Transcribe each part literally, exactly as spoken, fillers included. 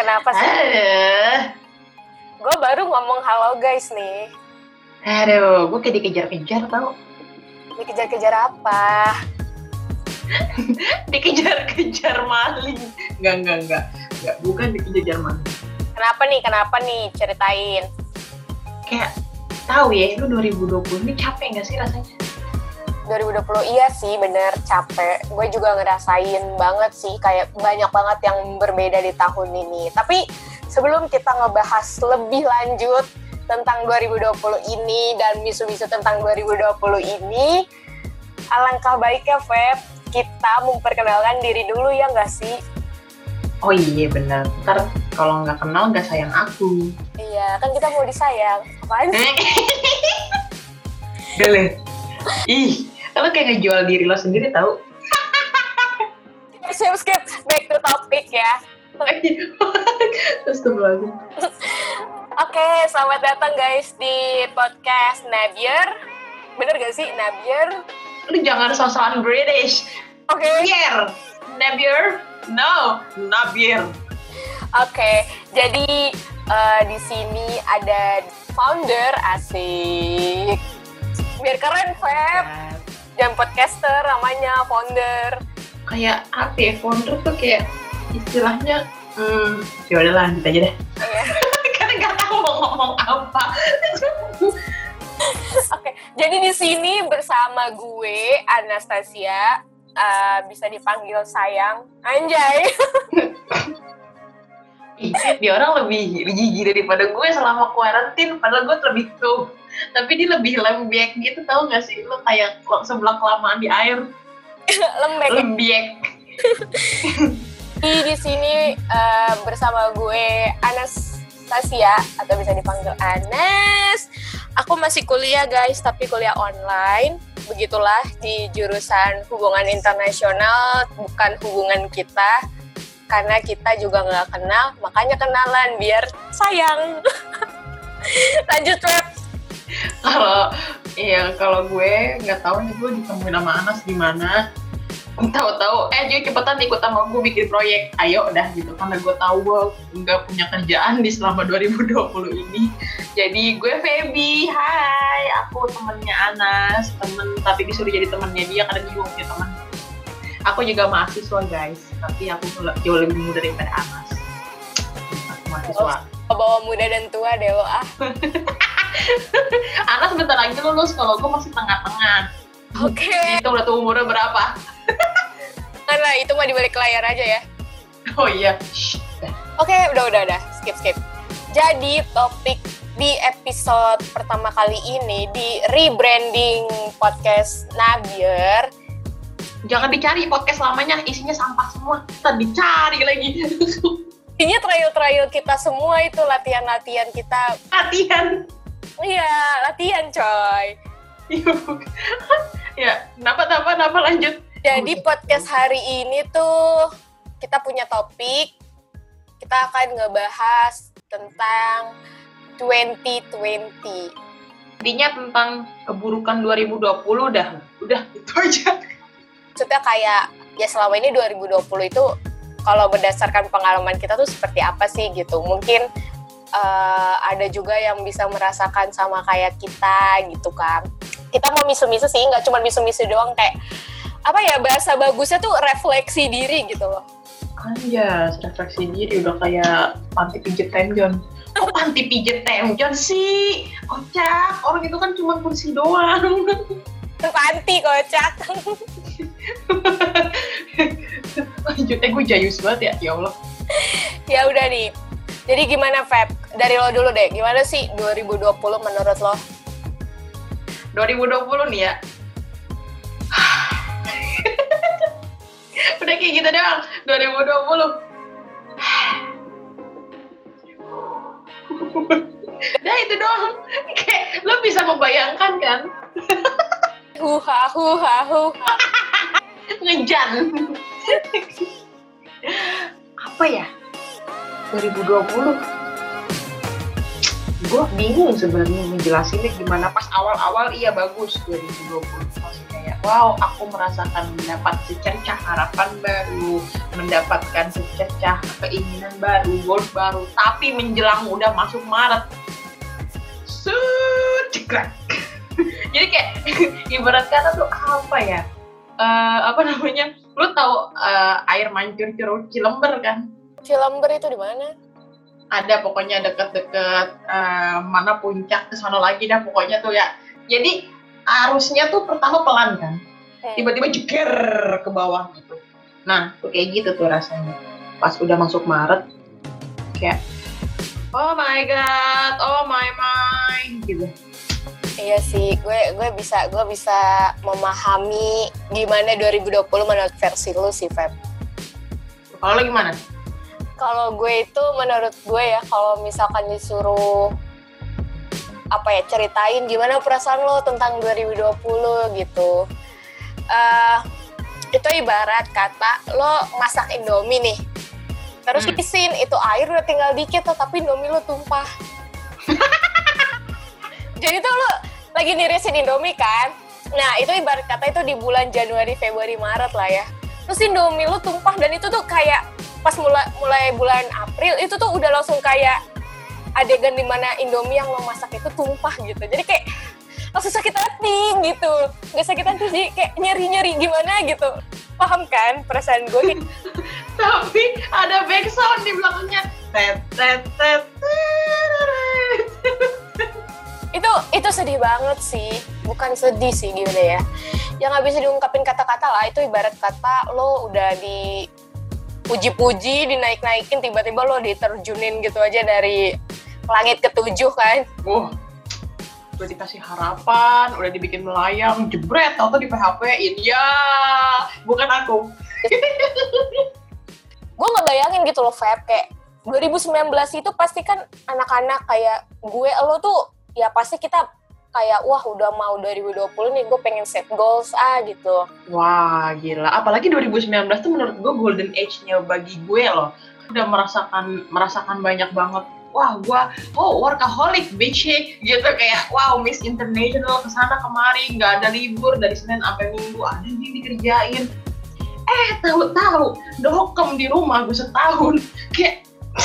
Kenapa sih? Aduh. Gue baru ngomong halo guys nih. Aduh, gue kayak dikejar-kejar tau. Dikejar-kejar apa? Dikejar-kejar maling. Enggak, enggak, enggak. Enggak, bukan dikejar maling. Kenapa nih? Kenapa nih? Ceritain. Kayak tahu ya, lu dua ribu dua puluh ini capek gak sih rasanya? dua ribu dua puluh iya sih, bener capek. Gue juga ngerasain banget sih, kayak banyak banget yang berbeda di tahun ini. Tapi sebelum kita ngebahas lebih lanjut tentang dua ribu dua puluh ini dan misu-misu tentang dua ribu dua puluh ini, alangkah baiknya Feb, kita memperkenalkan diri dulu ya nggak sih? Oh iya benar. Ntar kalau nggak kenal nggak sayang aku. Iya, kan kita mau disayang. Apaan sih? Boleh. Ih, lo kayak ngejual diri lo sendiri tau. Skip, skip, back to topic ya. Terus tuh lagi. Oke, selamat datang guys di podcast Nabier. Bener gak sih, Nabier? Lu jangan sosokan British. Oke. Nabier. Nabier? No, Nabier. Oke, jadi uh, di sini ada founder asik. Biar keren, Feb. Jangan podcaster namanya, founder. Kayak apa ya, founder tuh kayak istilahnya, hmm, ya udahlah lanjut aja deh. Iya. Karena nggak tahu mau ngomong apa. Oke, jadi di sini bersama gue Anastasia, uh, bisa dipanggil sayang, anjay. Ih, dia orang lebih gigi daripada gue selama kuarantin, padahal gue lebih tuh. Tapi dia lebih lembek gitu, tau gak sih? Lo kayak sebelah kelamaan di air. Lembek. Lembek. Di di sini uh, bersama gue Anastasia atau bisa dipanggil Anas. Aku masih kuliah guys, tapi kuliah online. Begitulah di jurusan hubungan internasional, bukan hubungan kita. Karena kita juga nggak kenal, makanya kenalan biar sayang. Lanjut Web. Kalau iya kalau gue nggak tahu nih gue ditemuin sama Anas gimana. Tahu-tahu, eh jadi cepetan ikut sama gue bikin proyek. Ayo udah gitu, karena gue tahu gue nggak punya kerjaan di selama dua ribu dua puluh ini. Jadi gue Feby, hai, aku temennya Anas, temen tapi disuruh jadi temennya dia karena dia punya teman. Aku juga mahasiswa guys, tapi aku jauh lebih muda daripada Anas. Aku mahasiswa. Oh, bawa muda dan tua deh lo ah. Anas bentar lagi lulus, kalau gue masih tengah-tengah. Oke. Okay. Itu udah tuh umurnya berapa? Nah itu mah di balik layar aja ya. Oh iya. Oke, okay, udah udah udah, skip skip. Jadi topik di episode pertama kali ini di rebranding podcast Nabier. Jangan dicari podcast lamanya, isinya sampah semua. Kita dicari lagi. Ini trial-trial kita semua itu, latihan-latihan kita. Latihan? Iya, latihan coy. Ya, kenapa-napa, kenapa lanjut. Jadi podcast hari ini tuh kita punya topik. Kita akan ngebahas tentang dua ribu dua puluh. Intinya tentang keburukan dua ribu dua puluh dah. Udah, itu aja. Maksudnya kayak, ya selama ini dua ribu dua puluh itu kalau berdasarkan pengalaman kita tuh seperti apa sih gitu. Mungkin uh, ada juga yang bisa merasakan sama kayak kita gitu kan. Kita mau misu-misu sih, nggak cuma misu-misu doang, kayak apa ya, bahasa bagusnya tuh refleksi diri gitu loh. Anjas, refleksi diri udah kayak panti pijet temjon. Kok panti pijet temjon sih? Kocak, orang itu kan cuma kursi doang. Panti kocak. Lanjut, eh gue jayus banget ya, ya Allah. Ya udah nih, jadi gimana Feb? Dari lo dulu deh, gimana sih dua ribu dua puluh menurut lo? dua ribu dua puluh nih ya? Udah kayak gitu doang, dua ribu dua puluh. Udah itu doang, kayak lo bisa membayangkan kan? Huha huha huha. Ngejan. Apa ya? dua ribu dua puluh. Gue bingung sebenarnya ngejelasinnya gimana. Pas awal-awal iya bagus dua ribu dua puluh. Maksudnya kayak wow aku merasakan mendapat secercah harapan baru, mendapatkan secercah keinginan baru, goal baru. Tapi menjelang udah masuk Maret, set cekrek. Jadi kayak ibarat kata tuh apa ya? Uh, apa namanya? Lu tahu uh, air mancur curug Cilember kan? Cilember itu di mana? Ada pokoknya deket-deket uh, mana puncak ke sana lagi dah pokoknya tuh ya. Jadi arusnya tuh pertama pelan kan, hmm. tiba-tiba jeger ke bawah gitu. Nah tuh kayak gitu tuh rasanya. Pas udah masuk Maret, kayak oh my god, oh my my gitu. Iya sih, gue gue bisa gue bisa memahami gimana dua ribu dua puluh menurut versi lu sih, Feb. Kalau lo gimana? Kalau gue itu menurut gue ya, kalau misalkan disuruh apa ya ceritain gimana perasaan lo tentang dua ribu dua puluh gitu, uh, itu ibarat kata lo masak Indomie nih, terus hmm. isin itu air udah tinggal dikit tuh, tapi Indomie lo tumpah. Jadi tuh lo lagi nirisin Indomie kan, nah itu ibarat kata itu di bulan Januari, Februari, Maret lah ya. Terus Indomie lo tumpah dan itu tuh kayak pas mulai mulai bulan April itu tuh udah langsung kayak adegan dimana Indomie yang lo masak itu tumpah gitu. Jadi kayak langsung sakit hati gitu. Gak sakit hati sih, kayak nyeri-nyeri gimana gitu. Paham kan perasaan gue? Tapi ada backsound di belakangnya. Tet tet tet. Itu itu sedih banget sih. Bukan sedih sih gimana ya. Yang gak bisa diungkapin kata-kata lah. Itu ibarat kata lo udah di puji-puji, dinaik-naikin, tiba-tiba lo diterjunin gitu aja dari langit ketujuh kan. Uh, udah dikasih harapan, udah dibikin melayang, jebret, tau-tau di P H P-in. Ya, bukan aku. Gue ngebayangin gitu loh, Feb, kayak dua ribu sembilan belas itu pasti kan anak-anak kayak gue, lo tuh ya pasti kita kayak wah udah mau dua ribu dua puluh nih, gue pengen set goals ah gitu. Wah gila, apalagi dua ribu sembilan belas tuh menurut gue golden age-nya bagi gue loh. Udah merasakan merasakan banyak banget. Wah gue, oh workaholic bitch gitu, kayak wow Miss International kesana kemari, nggak ada libur dari Senin sampai Minggu, ada yang dikerjain. Eh tahu-tahu dokem di rumah gue setahun, kayak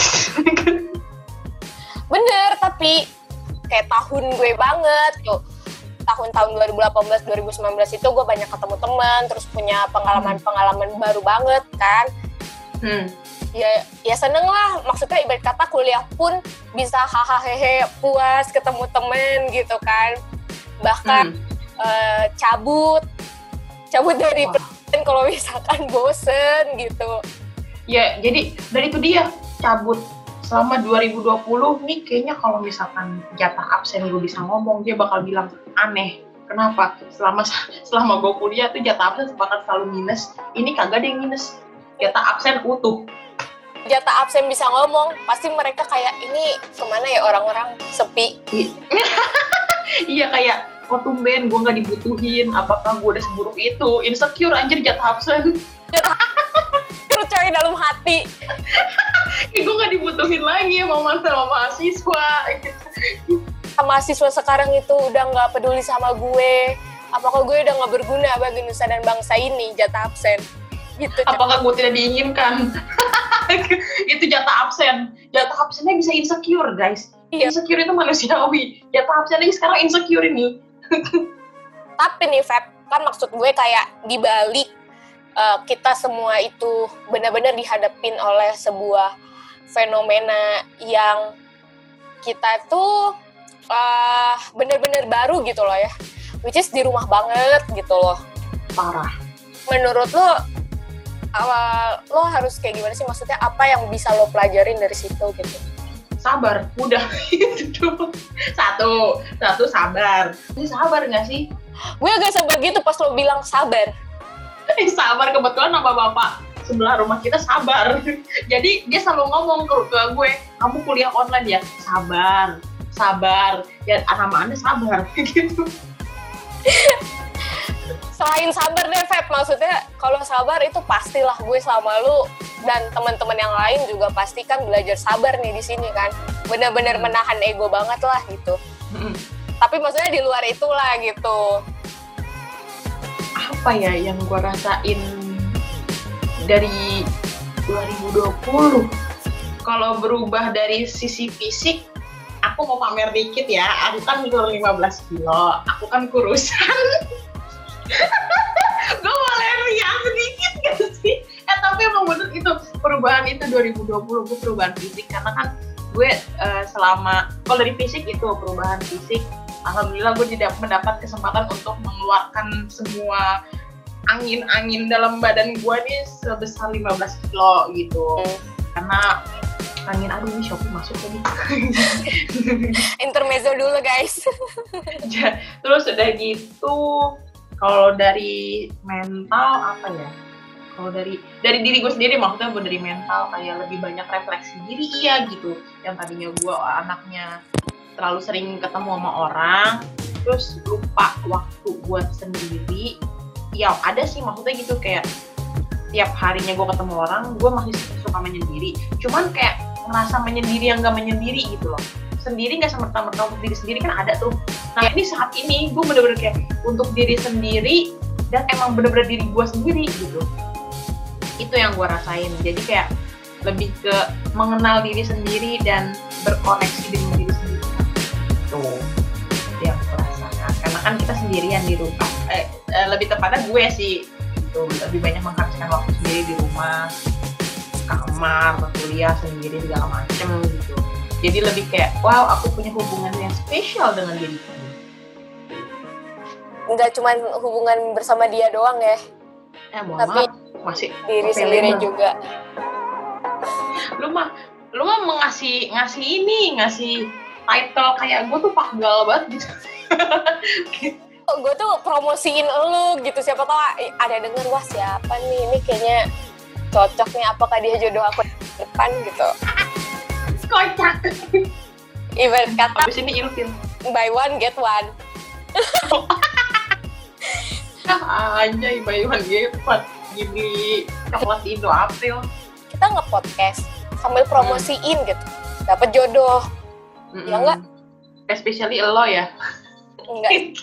bener tapi kayak tahun gue banget tuh. Tahun-tahun dua ribu delapan belas dua ribu sembilan belas itu gue banyak ketemu teman, terus punya pengalaman-pengalaman baru banget kan. Hmm. Ya ya seneng lah, maksudnya ibarat kata kuliah pun bisa hahaha hehe puas ketemu temen gitu kan. Bahkan hmm. uh, cabut cabut dari persen kalau misalkan bosen gitu. Ya jadi dari itu dia cabut selama dua ribu dua puluh nih kayaknya kalau misalkan jatah absen gue bisa ngomong, dia bakal bilang aneh. Kenapa? Selama selama gue kuliah tuh jatah absen bakal selalu minus. Ini kagak ada yang minus. Jatah absen utuh. Jatah absen bisa ngomong, pasti mereka kayak ini kemana ya orang-orang sepi. Iya kayak kok tumben gue nggak dibutuhin, apakah gue udah seburuk itu? Insecure anjir jatah absen. Percaya dalam hati. Gue gak dibutuhin lagi sama sama mahasiswa. Mahasiswa sekarang itu udah gak peduli sama gue. Apakah gue udah gak berguna bagi nusa dan bangsa ini, jatah absen. Gitu. Apakah gue tidak diinginkan? Itu jatah absen. Jatah absennya bisa insecure guys. Iya. Insecure itu manusiawi. Jatah absennya sekarang insecure ini. Tapi nih Feb, kan maksud gue kayak dibalik uh, kita semua itu benar-benar dihadapin oleh sebuah fenomena yang kita tuh uh, benar-benar baru gitu loh ya, which is di rumah banget gitu loh. Parah. Menurut lo, uh, lo harus kayak gimana sih? Maksudnya apa yang bisa lo pelajarin dari situ gitu? Sabar, udah itu tuh. Satu, satu sabar. Ini sabar nggak sih? Gue agak sabar gitu pas lo bilang sabar. Eh, sabar, kebetulan nama bapak sebelah rumah kita sabar. Jadi dia selalu ngomong ke, ke gue, kamu kuliah online ya? Sabar, sabar. Ya nama Anda sabar gitu. Selain sabar deh Feb, maksudnya kalau sabar itu pastilah gue sama lu dan teman-teman yang lain juga pasti kan belajar sabar nih di sini kan. Benar-benar menahan ego banget lah gitu. Mm. Tapi maksudnya di luar itulah gitu. apa ya yang gue rasain dari dua ribu dua puluh? Kalau berubah dari sisi fisik, aku mau pamer dikit ya. Aku kan turun lima belas kilo, aku kan kurusan. Gue boleh riak sedikit gak sih? Eh tapi emang bener itu perubahan itu dua ribu dua puluh gue perubahan fisik karena kan gue uh, selama kalau dari fisik itu perubahan fisik, alhamdulillah gue tidak mendapat kesempatan untuk mengeluarkan semua angin-angin dalam badan gue nih sebesar lima belas kilo gitu. Hmm. Karena angin aduh ini Shopee masuk tadi. Intermezzo dulu guys. Terus udah gitu kalau dari mental apa ya? Kalau dari dari diri gue sendiri maksudnya gue dari mental kayak lebih banyak refleksi diri iya gitu. Yang tadinya gue anaknya terlalu sering ketemu sama orang, terus lupa waktu buat sendiri. Ya ada sih maksudnya gitu kayak tiap harinya gue ketemu orang, gue masih suka menyendiri. Cuman kayak ngerasa menyendiri yang gak menyendiri gitu loh. Sendiri gak semerta-merta untuk diri sendiri kan ada tuh. Nah ini saat ini gue bener-bener kayak untuk diri sendiri dan emang bener-bener diri gue sendiri gitu. Itu yang gue rasain. Jadi kayak lebih ke mengenal diri sendiri dan berkoneksi dengan diri sendiri. Tuh, itu yang gue rasakan. Karena kan kita sendirian di rumah. Eh, eh, lebih tepatnya gue sih. Tuh, lebih banyak menghabiskan waktu sendiri di rumah, kamar, kuliah sendiri segala macem gitu. Jadi lebih kayak, wow, aku punya hubungan yang spesial dengan diriku. Enggak cuma hubungan bersama dia doang ya, eh, tapi maaf, masih diri sendiri juga. Lu mah, lu mah ngasih ngasih ini, ngasih title kayak gue tuh pakgal banget gitu. Gue tuh promosiin elu gitu, siapa tau ada denger, wah siapa nih, ini kayaknya cocok nih, apakah dia jodoh aku depan gitu. Kocak. Ibarat kata abis ini ilfil buy one get one. Anjay, buy one get one. Gini coklat Indo April. Kita nge-podcast sambil promosiin hmm. gitu, dapat jodoh. Mm-mm. Ya enggak? Especially elo ya. Enggak.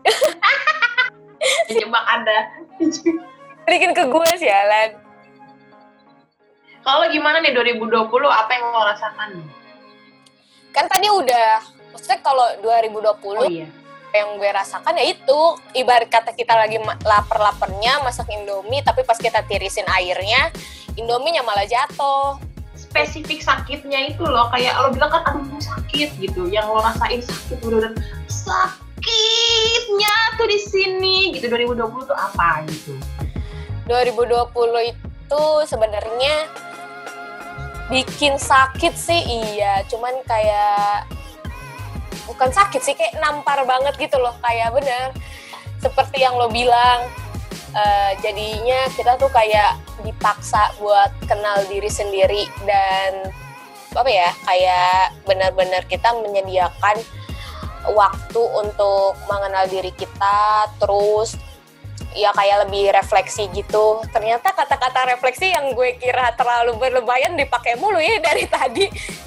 Jebak Anda. Berikin ke gue sialan. Kalau gimana nih dua ribu dua puluh, apa yang lo rasakan? Kan tadi udah, maksudnya kalau dua ribu dua puluh oh, iya. yang gue rasakan ya itu, ibarat kata kita lagi lapar-laparnya masak Indomie, tapi pas kita tirisin airnya, Indominya malah jatuh. Spesifik sakitnya itu loh, kayak lo bilang kan aduh sakit gitu, yang lo rasain sakit bener-bener sakitnya tuh di sini gitu. Dua ribu dua puluh tuh apa gitu? Dua ribu dua puluh itu sebenarnya bikin sakit sih iya, cuman kayak bukan sakit sih, kayak nampar banget gitu loh, kayak bener seperti yang lo bilang, uh, jadinya kita tuh kayak dipaksa buat kenal diri sendiri dan apa ya, kayak benar-benar kita menyediakan waktu untuk mengenal diri kita, terus ya kayak lebih refleksi gitu. Ternyata kata-kata refleksi yang gue kira terlalu berlebihan dipakai mulu ya dari tadi.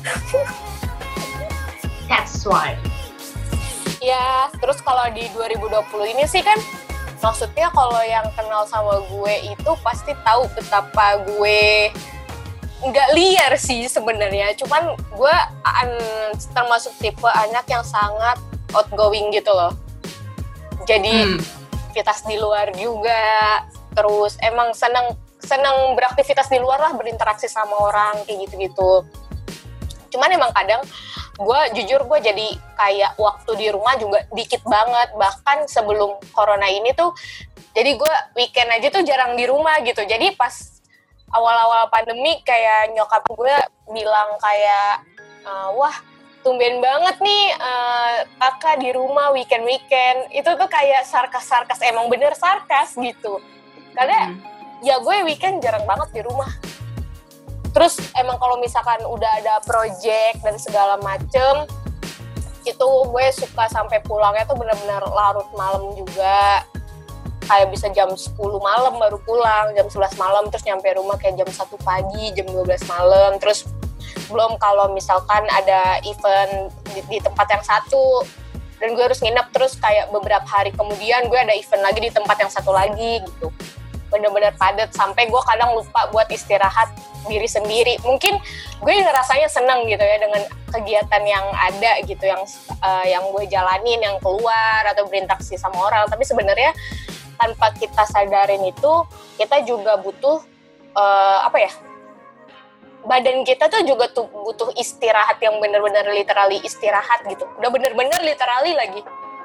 That's why. Ya, terus kalau di dua ribu dua puluh ini sih kan, maksudnya kalau yang kenal sama gue itu pasti tahu betapa gue nggak liar sih sebenarnya. Cuman gue an- termasuk tipe anak yang sangat outgoing gitu loh. Jadi hmm. aktivitas di luar juga, terus emang senang senang beraktivitas di luar lah, berinteraksi sama orang kayak gitu-gitu. Cuman emang kadang gue jujur gue jadi kayak waktu di rumah juga dikit banget, bahkan sebelum corona ini tuh jadi gue weekend aja tuh jarang di rumah gitu. Jadi pas awal-awal pandemi kayak nyokap gue bilang kayak uh, wah tumben banget nih uh, kakak di rumah weekend-weekend. Itu tuh kayak sarkas-sarkas, emang bener sarkas gitu. Karena hmm. ya gue weekend jarang banget di rumah. Terus emang kalau misalkan udah ada project dan segala macem, itu gue suka sampai pulangnya tuh benar-benar larut malam juga. Kayak bisa jam sepuluh malam baru pulang, jam sebelas malam, terus nyampe rumah kayak jam satu pagi, jam dua belas malam. Terus belum kalau misalkan ada event di, di tempat yang satu, dan gue harus nginep terus kayak beberapa hari kemudian gue ada event lagi di tempat yang satu lagi gitu. Bener-bener padat sampai gue kadang lupa buat istirahat diri sendiri. Mungkin gue ngerasanya seneng gitu ya dengan kegiatan yang ada gitu, yang uh, yang gue jalanin, yang keluar atau berinteraksi sama orang. Tapi sebenarnya tanpa kita sadarin itu, kita juga butuh uh, apa ya? Badan kita tuh juga tuh butuh istirahat yang bener-bener literally istirahat gitu. Udah bener-bener literally lagi.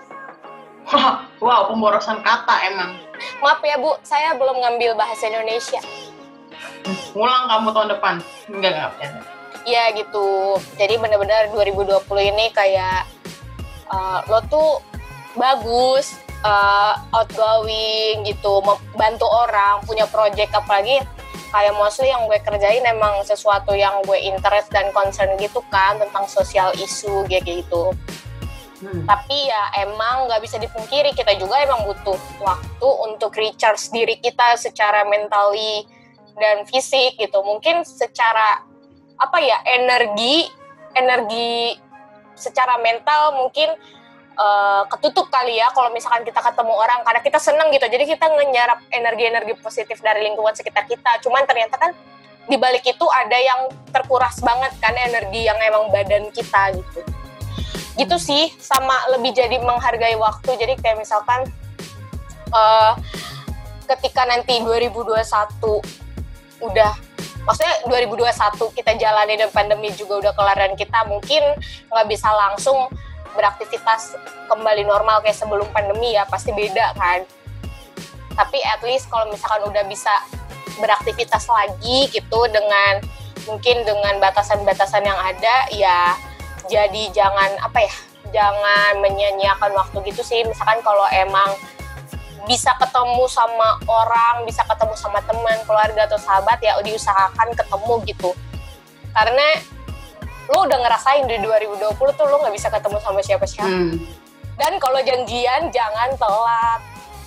Wow, pemborosan kata emang. Maaf ya Bu, saya belum ngambil bahasa Indonesia. Ngulang kamu tahun depan. Enggak, enggak. Iya gitu. Jadi bener-bener dua ribu dua puluh ini kayak uh, lo tuh bagus, uh, outgoing gitu, membantu orang, punya project, apalagi kayak mostly yang gue kerjain emang sesuatu yang gue interest dan concern gitu kan, tentang sosial isu kayak gitu. Hmm. Tapi ya emang nggak bisa dipungkiri, kita juga emang butuh waktu untuk recharge diri kita secara mentally dan fisik gitu. Mungkin secara apa ya, energi, energi secara mental mungkin Uh, ketutup kali ya kalau misalkan kita ketemu orang, karena kita seneng gitu, jadi kita menyerap energi-energi positif dari lingkungan sekitar kita. Cuman ternyata kan di balik itu ada yang terkuras banget kan, energi yang emang badan kita gitu. Gitu sih, sama lebih jadi menghargai waktu. Jadi kayak misalkan uh, ketika nanti dua ribu dua puluh satu udah, maksudnya dua ribu dua puluh satu kita jalani dan pandemi juga udah kelar dan kita mungkin nggak bisa langsung beraktivitas kembali normal kayak sebelum pandemi ya, pasti beda kan. Tapi at least kalau misalkan udah bisa beraktivitas lagi gitu dengan mungkin dengan batasan-batasan yang ada, ya jadi jangan apa ya, jangan menyia-nyiakan waktu gitu sih. Misalkan kalau emang bisa ketemu sama orang, bisa ketemu sama teman, keluarga atau sahabat, ya diusahakan ketemu gitu. Karena lo udah ngerasain di dua ribu dua puluh tuh lo gak bisa ketemu sama siapa-siapa. Hmm. Dan kalau janjian jangan telat.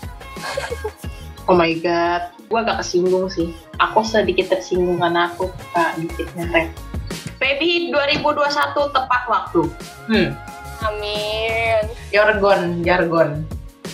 Oh my god, gue agak kesinggung sih. Aku sedikit tersinggung karena aku suka dikit ngerem. Feby dua ribu dua puluh satu tepat waktu. Hmm. Amin. Jargon, jargon.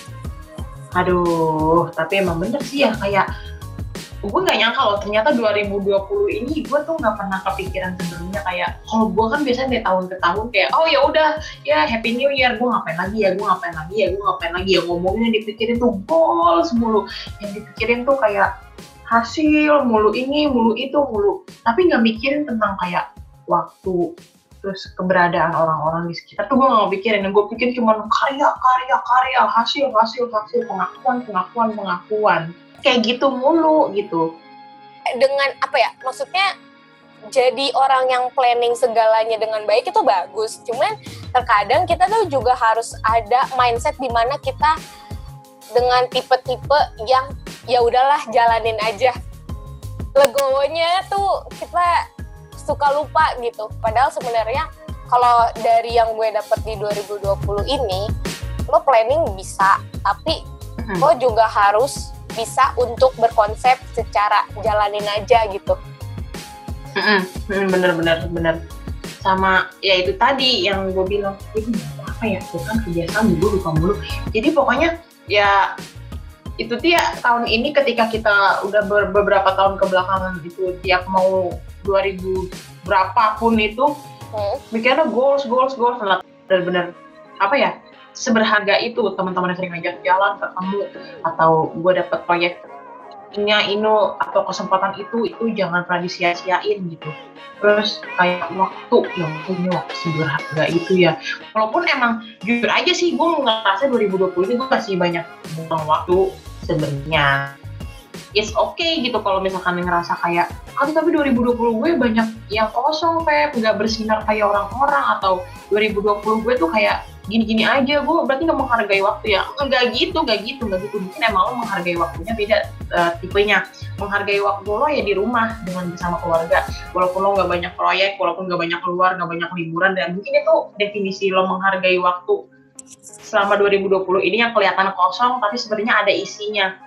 Aduh, tapi emang bener sih ya, kayak gue nggak nyangka loh ternyata dua ribu dua puluh ini gue tuh nggak pernah kepikiran sebelumnya. Kayak kalau gue kan biasanya dari tahun ke tahun kayak oh ya udah ya happy new year, gue ngapain lagi ya gue ngapain lagi ya gue ngapain lagi ya ngomongnya dipikirin tuh goals mulu, yang dipikirin tuh kayak hasil mulu, ini mulu itu mulu, tapi nggak mikirin tentang kayak waktu terus keberadaan orang-orang di sekitar tuh gue nggak pikirin. Yang gue pikir cuma karya karya karya, hasil hasil hasil, pengakuan pengakuan pengakuan kayak gitu mulu gitu. Dengan apa ya, maksudnya jadi orang yang planning segalanya dengan baik itu bagus. Cuman terkadang kita tuh juga harus ada mindset di mana kita dengan tipe-tipe yang ya udahlah jalanin aja. Legowonya tuh kita suka lupa gitu. Padahal sebenarnya kalau dari yang gue dapet di dua ribu dua puluh ini, lo planning bisa, tapi hmm. lo juga harus bisa untuk berkonsep secara jalanin aja gitu. Mm-mm, bener-bener bener. Sama ya itu tadi yang gue bilang, ini apa ya, gue kan kebiasaan dulu lupa mulu. Jadi pokoknya ya itu dia tahun ini ketika kita udah ber- beberapa tahun kebelakangan itu tiap mau dua ribu berapapun itu hmm. mikirnya goals goals goals bener-bener apa ya, seberharga itu teman-teman yang sering ngajak jalan ketemu atau gue dapet proyeknya ini atau kesempatan itu itu jangan pernah disia-siain gitu. Terus kayak waktu yang punya waktu seberharga itu ya, walaupun emang jujur aja sih gue ngerasa dua ribu dua puluh ini gue masih banyak buang waktu sebenarnya. It's okay gitu kalau misalkan ngerasa kayak ah, tapi dua ribu dua puluh gue banyak yang kosong, Pep, nggak bersinar kayak orang-orang, atau dua ribu dua puluh gue tuh kayak gini-gini aja, gue berarti nggak menghargai waktu ya. Nggak gitu, nggak gitu, nggak gitu. Mungkin emang lo menghargai waktunya beda uh, tipenya. Menghargai waktu lo ya di rumah dengan bersama keluarga. Walaupun lo nggak banyak proyek, walaupun nggak banyak keluar, nggak banyak liburan, dan mungkin itu definisi lo menghargai waktu selama dua ribu dua puluh ini yang kelihatan kosong, tapi sebenarnya ada isinya.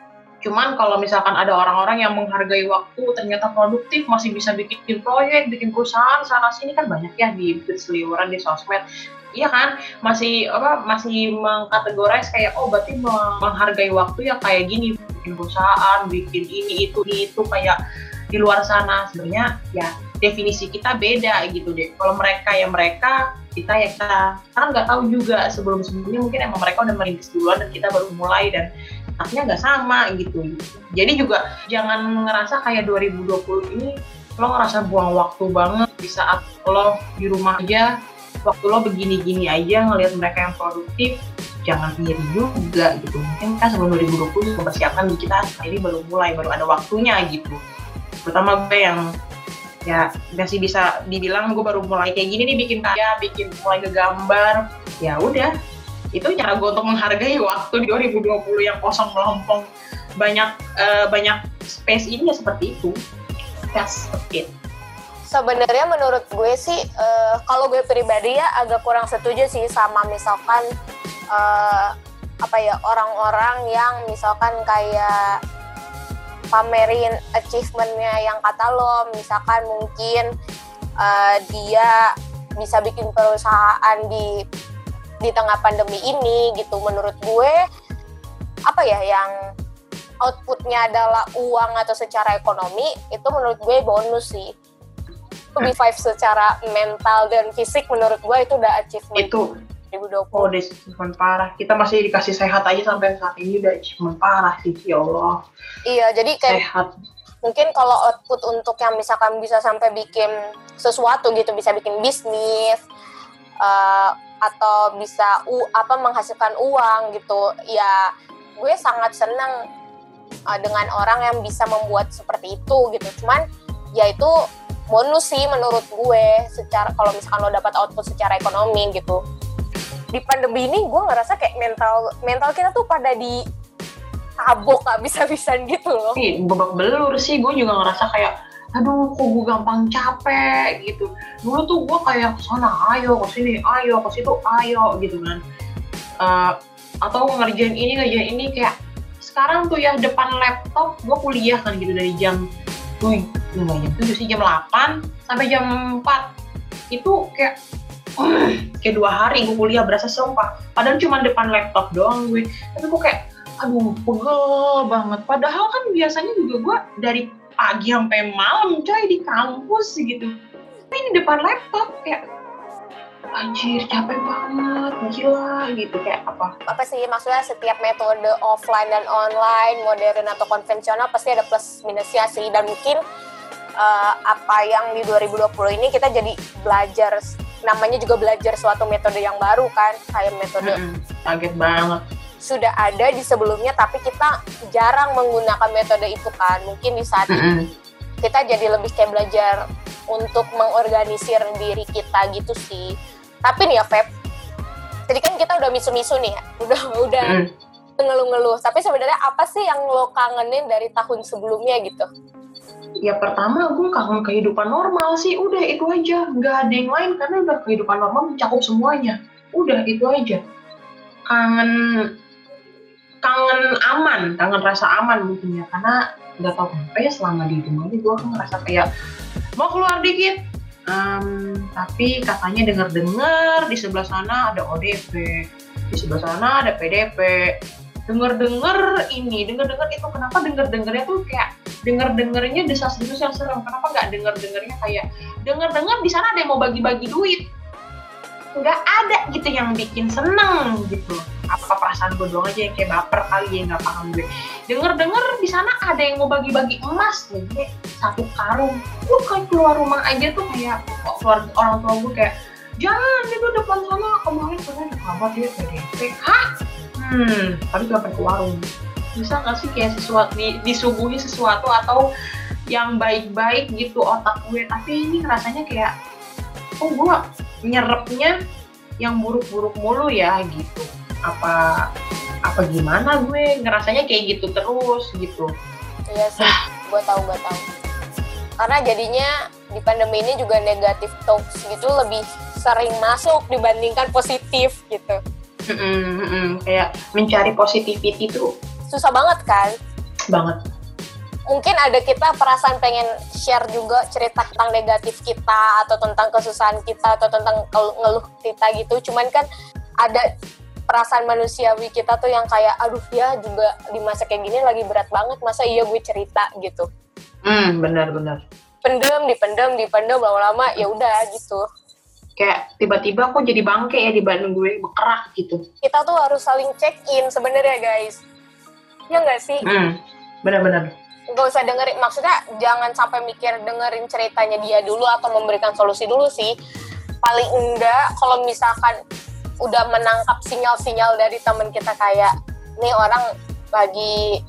Cuman kalau misalkan ada orang-orang yang menghargai waktu, ternyata produktif, masih bisa bikin proyek, bikin perusahaan sana sini, kan banyak ya di berseliweran di sosmed. Iya kan, masih apa masih mengkategorize kayak oh berarti menghargai waktu ya kayak gini, bikin perusahaan, bikin ini itu ini itu kayak di luar sana. Sebenarnya ya definisi kita beda gitu deh. Kalau mereka ya mereka, kita ya kita. Kan nggak tahu juga sebelum-sebelumnya mungkin emang mereka udah merintis duluan dan kita baru mulai, dan artinya nggak sama gitu. Jadi juga jangan ngerasa kayak dua ribu dua puluh ini lo ngerasa buang waktu banget di saat lo di rumah aja, waktu lo begini-gini aja ngelihat mereka yang produktif. Jangan iri juga gitu. Mungkin kan sebelum dua ribu dua puluh mempersiapkan di kita ini baru mulai, baru ada waktunya gitu. Pertama gue yang ya nggak sih bisa dibilang gue baru mulai kayak gini nih, bikin karya, bikin mulai ngegambar. Ya udah, itu cara gue untuk menghargai waktu di dua ribu dua puluh yang kosong melompong banyak uh, banyak space ini ya seperti itu. That's it. Sebenarnya menurut gue sih uh, kalau gue pribadi ya agak kurang setuju sih sama misalkan uh, apa ya orang-orang yang misalkan kayak pamerin achievement-nya yang kata lo, misalkan mungkin uh, dia bisa bikin perusahaan di di tengah pandemi ini gitu. Menurut gue apa ya yang outputnya adalah uang atau secara ekonomi, itu menurut gue bonus sih. To be five secara mental dan fisik menurut gue itu udah achievement itu dua ribu dua puluh. Oh, udah achievement parah. Kita masih dikasih sehat aja sampai saat ini udah achievement parah sih, ya Allah. Iya, jadi kayak sehat. Mungkin kalau output untuk yang misalkan bisa sampai bikin sesuatu gitu, bisa bikin bisnis uh, atau bisa u apa menghasilkan uang gitu, ya gue sangat senang uh, dengan orang yang bisa membuat seperti itu gitu. Cuman ya itu bonus sih menurut gue secara kalau misalkan lo dapat output secara ekonomi gitu. Di pandemi ini gue ngerasa kayak mental mental kita tuh pada di tabok habis-habisan gitu loh. Ih, babak belur sih, gue juga ngerasa kayak aduh kok gue gampang capek gitu. Dulu tuh gue kayak kesana ayo, kesini ayo, kesitu ayo gitu kan. Uh, atau ngerjain ini, ngerjain ini kayak sekarang tuh ya depan laptop gue kuliah kan gitu dari jam tuh nggak jam tujuh sih, jam delapan sampai jam empat itu kayak uh, kayak dua hari gue kuliah berasa sumpah. Padahal cuma depan laptop doang gue, tapi gue kayak aduh pegel banget. Padahal kan biasanya juga gue dari pagi sampai malam coy di kampus gitu. Tapi ini depan laptop kayak anjir capek banget, gila gitu. Kayak apa? Apa sih maksudnya setiap metode offline dan online, modern atau konvensional pasti ada plus minusnya sih. Dan mungkin uh, apa yang di dua ribu dua puluh ini kita jadi belajar, namanya juga belajar suatu metode yang baru kan, kayak metode mm-hmm. Kaget banget. Sudah ada di sebelumnya tapi kita jarang menggunakan metode itu kan. Mungkin di saat mm-hmm. ini kita jadi lebih kayak belajar untuk mengorganisir diri kita gitu sih. Tapi nih ya Feb, tadi kan kita udah misu-misu nih ya, udah udah mm. ngeluh-ngeluh. Tapi sebenarnya apa sih yang lo kangenin dari tahun sebelumnya gitu? Ya pertama gue kangen kehidupan normal sih, udah itu aja. Nggak ada yang lain karena udah kehidupan normal mencakup semuanya. Udah itu aja. Kangen kangen aman, kangen rasa aman mungkin ya, karena nggak tahu kenapa ya selama di rumah ini gue kan ngerasa kayak mau keluar dikit, um, tapi katanya dengar-dengar di sebelah sana ada O D P, di sebelah sana ada P D P, dengar-dengar ini, dengar-dengar itu. Kenapa dengar-dengarnya tuh kayak dengar-dengarnya desas-desus yang serem? Kenapa nggak dengar-dengarnya kayak dengar-dengar di sana ada yang mau bagi-bagi duit? Nggak ada gitu yang bikin seneng gitu. Apa perasaan gue doang aja yang kayak baper kali ya, nggak paham gue. Dengar-dengar di sana ada yang mau bagi-bagi emas, jadi satu karung. Lu kayak keluar rumah aja tuh kayak keluar orang tua gue kayak jangan itu depan sana kemarin sana ada kabar dia P D P. Hah? Hmm, tapi gak pergi ke warung. Bisa nggak sih kayak sesuatu di, disuguhi sesuatu atau yang baik-baik gitu otak gue, tapi ini rasanya kayak oh gue nyerapnya yang buruk-buruk mulu ya gitu. Apa apa gimana gue ngerasanya kayak gitu terus gitu. Iya sih, gue tahu gue tahu. Karena jadinya di pandemi ini juga negatif talks gitu lebih sering masuk dibandingkan positif gitu. Mm-mm, mm-mm. Kayak mencari positivity tuh susah banget kan. Banget. Mungkin ada kita perasaan pengen share juga cerita tentang negatif kita atau tentang kesusahan kita atau tentang ngeluh kita gitu. Cuman kan ada perasaan manusiawi kita tuh yang kayak aduh ya juga di masa kayak gini lagi berat banget, masa iya gue cerita gitu. Hmm, benar-benar. Pendem, dipendem, dipendem lama-lama ya udah gitu. Kayak tiba-tiba kok jadi bangke ya di badan gue berkerak gitu. Kita tuh harus saling check in sebenarnya guys. Ya nggak sih? Hmm, benar-benar. Gak usah dengerin, maksudnya jangan sampai mikir dengerin ceritanya dia dulu atau memberikan solusi dulu sih. Paling enggak kalau misalkan udah menangkap sinyal-sinyal dari teman kita kayak nih orang lagi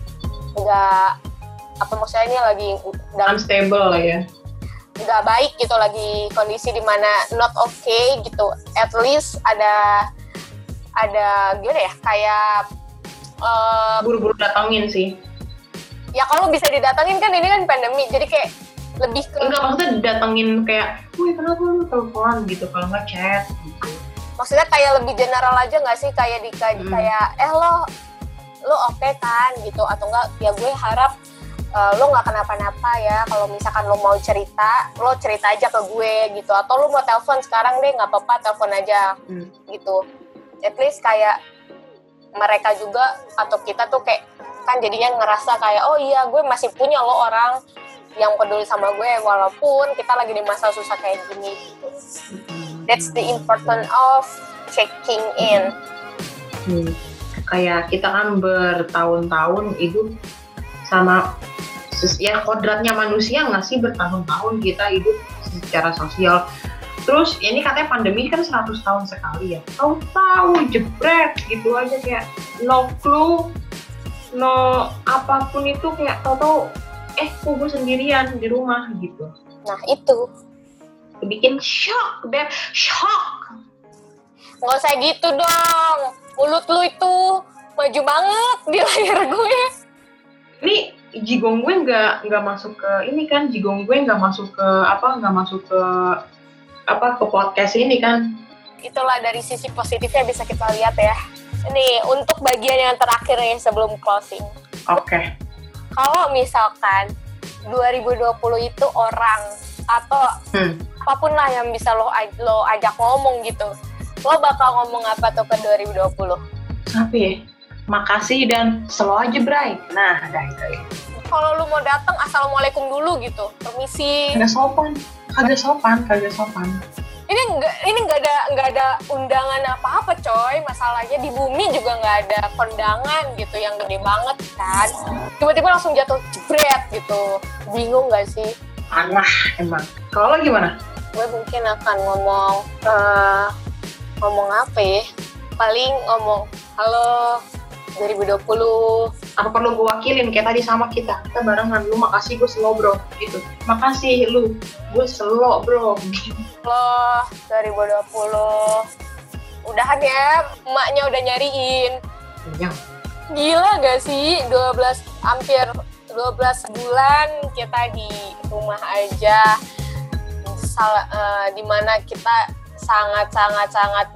nggak apa maksudnya ini lagi dalam unstable lah ya, nggak baik gitu, lagi kondisi dimana not okay gitu, at least ada ada gimana ya kayak uh, buru-buru datangin sih. Ya kalau bisa didatengin kan ini kan pandemi, jadi kayak lebih ke enggak maksudnya didatengin kayak, wih kenapa lu telepon gitu, kalau nggak chat gitu. Maksudnya kayak lebih general aja nggak sih, kayak di kayak, hmm. kayak eh lo lo oke okay kan gitu, atau enggak ya gue harap uh, lo nggak kenapa-napa ya, kalau misalkan lo mau cerita lo cerita aja ke gue gitu, atau lo mau telepon sekarang deh nggak apa-apa telepon aja hmm. gitu. At least kayak mereka juga atau kita tuh kayak kan jadinya ngerasa kayak oh iya gue masih punya lo orang yang peduli sama gue walaupun kita lagi di masa susah kayak gini gitu. That's the importance of checking in. Hmm. Kayak kita kan bertahun-tahun hidup sama ya kodratnya manusia nggak sih, bertahun-tahun kita hidup secara sosial. Terus ini katanya pandemi kan seratus tahun sekali ya. Tahu-tahu jebret gitu aja kayak no clue. No apapun itu kayak tau-tau eh kok gue sendirian di rumah gitu. Nah itu bikin shock deh, shock. Nggak usah gitu dong, mulut lu itu maju banget di layar gue. Ini jigong gue nggak nggak masuk ke ini kan, jigong gue nggak masuk ke apa nggak masuk ke apa ke podcast ini kan. Itulah dari sisi positifnya bisa kita lihat ya. Nih, untuk bagian yang terakhir nih sebelum closing. Oke. Okay. Kalau misalkan dua ribu dua puluh itu orang atau hmm. apapun lah yang bisa lo, lo ajak ngomong gitu, lo bakal ngomong apa tuh ke dua ribu dua puluh? Apa ya? Makasih dan slow aja, Bray. Nah, dah itu. Kalau lo mau datang, assalamualaikum dulu gitu, permisi. Kagak sopan, kagak sopan, kagak sopan. Ini enggak, ini enggak ada enggak ada undangan apa-apa coy. Masalahnya di bumi juga enggak ada kondangan gitu yang gede banget kan. Tiba-tiba langsung jatuh jebret gitu. Bingung enggak sih? Aneh emang. Kalau lo gimana? Gue mungkin akan ngomong uh, ngomong apa ya? Paling ngomong halo dua ribu dua puluh. Apa perlu gue wakilin kayak tadi sama kita? Kita barengan, lu makasih gue slow bro gitu. Makasih lu, gue slow bro. Halo dua ribu dua puluh. Udahan ya, emaknya udah nyariin. Iya. Gila gak sih, dua belas hampir dua belas bulan kita di rumah aja. Sal, uh, dimana kita sangat-sangat-sangat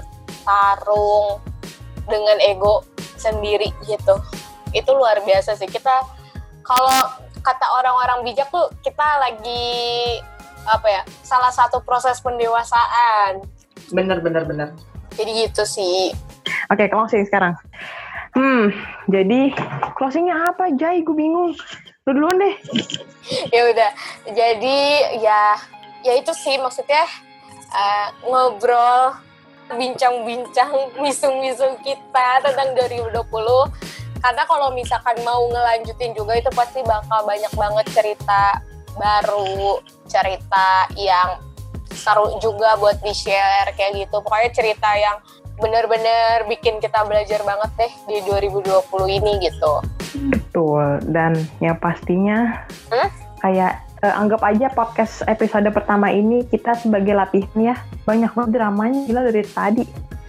bertarung dengan ego sendiri gitu. Itu luar biasa sih. Kita kalau kata orang-orang bijak tuh kita lagi apa ya, salah satu proses pendewasaan. Bener bener bener. Jadi gitu sih. Oke, closing sekarang. Hmm, jadi closingnya apa, Jai? Gue bingung. Lu duluan deh. Ya udah. Jadi ya ya itu sih maksudnya uh, ngobrol, bincang-bincang, misung-misung kita tentang dua ribu dua puluh. Karena kalau misalkan mau ngelanjutin juga itu pasti bakal banyak banget cerita baru, cerita yang seru juga buat di-share kayak gitu. Pokoknya cerita yang benar-benar bikin kita belajar banget deh di dua ribu dua puluh ini gitu. Betul, dan yang pastinya hmm? kayak eh, anggap aja podcast episode pertama ini kita sebagai latihan ya. Banyak banget dramanya, gila dari tadi.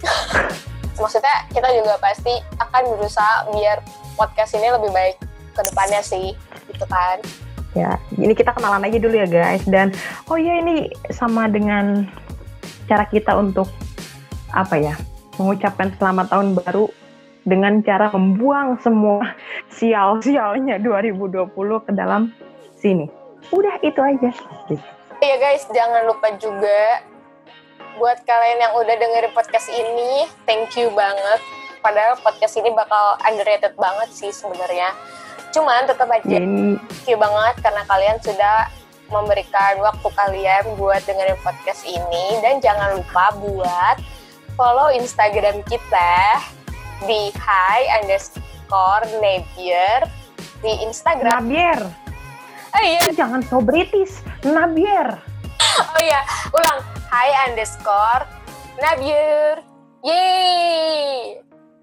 Maksudnya kita juga pasti akan berusaha biar podcast ini lebih baik ke depannya sih, gitu kan. Ya, ini kita kenalan aja dulu ya guys. Dan oh iya, ini sama dengan cara kita untuk apa ya, mengucapkan selamat tahun baru dengan cara membuang semua sial-sialnya dua ribu dua puluh ke dalam sini. Udah itu aja. Iya guys, jangan lupa juga buat kalian yang udah dengerin podcast ini, thank you banget. Padahal podcast ini bakal underrated banget sih sebenarnya. Cuman tetap aja Ini thank you banget karena kalian sudah memberikan waktu kalian buat dengerin podcast ini. Dan jangan lupa buat follow Instagram kita di hi underscore Nabier di Instagram. Nabier. Oh iya, Jangan so British. Nabier. oh iya, ulang. Hi underscore Nabier. Yeay.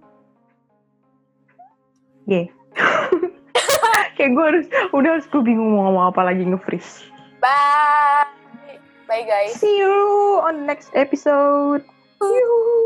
Ye. Kayak gue harus, udah harus gue bingung mau ngomong apa lagi, nge-freeze. Bye. Bye guys. See you on next episode. Yuhu.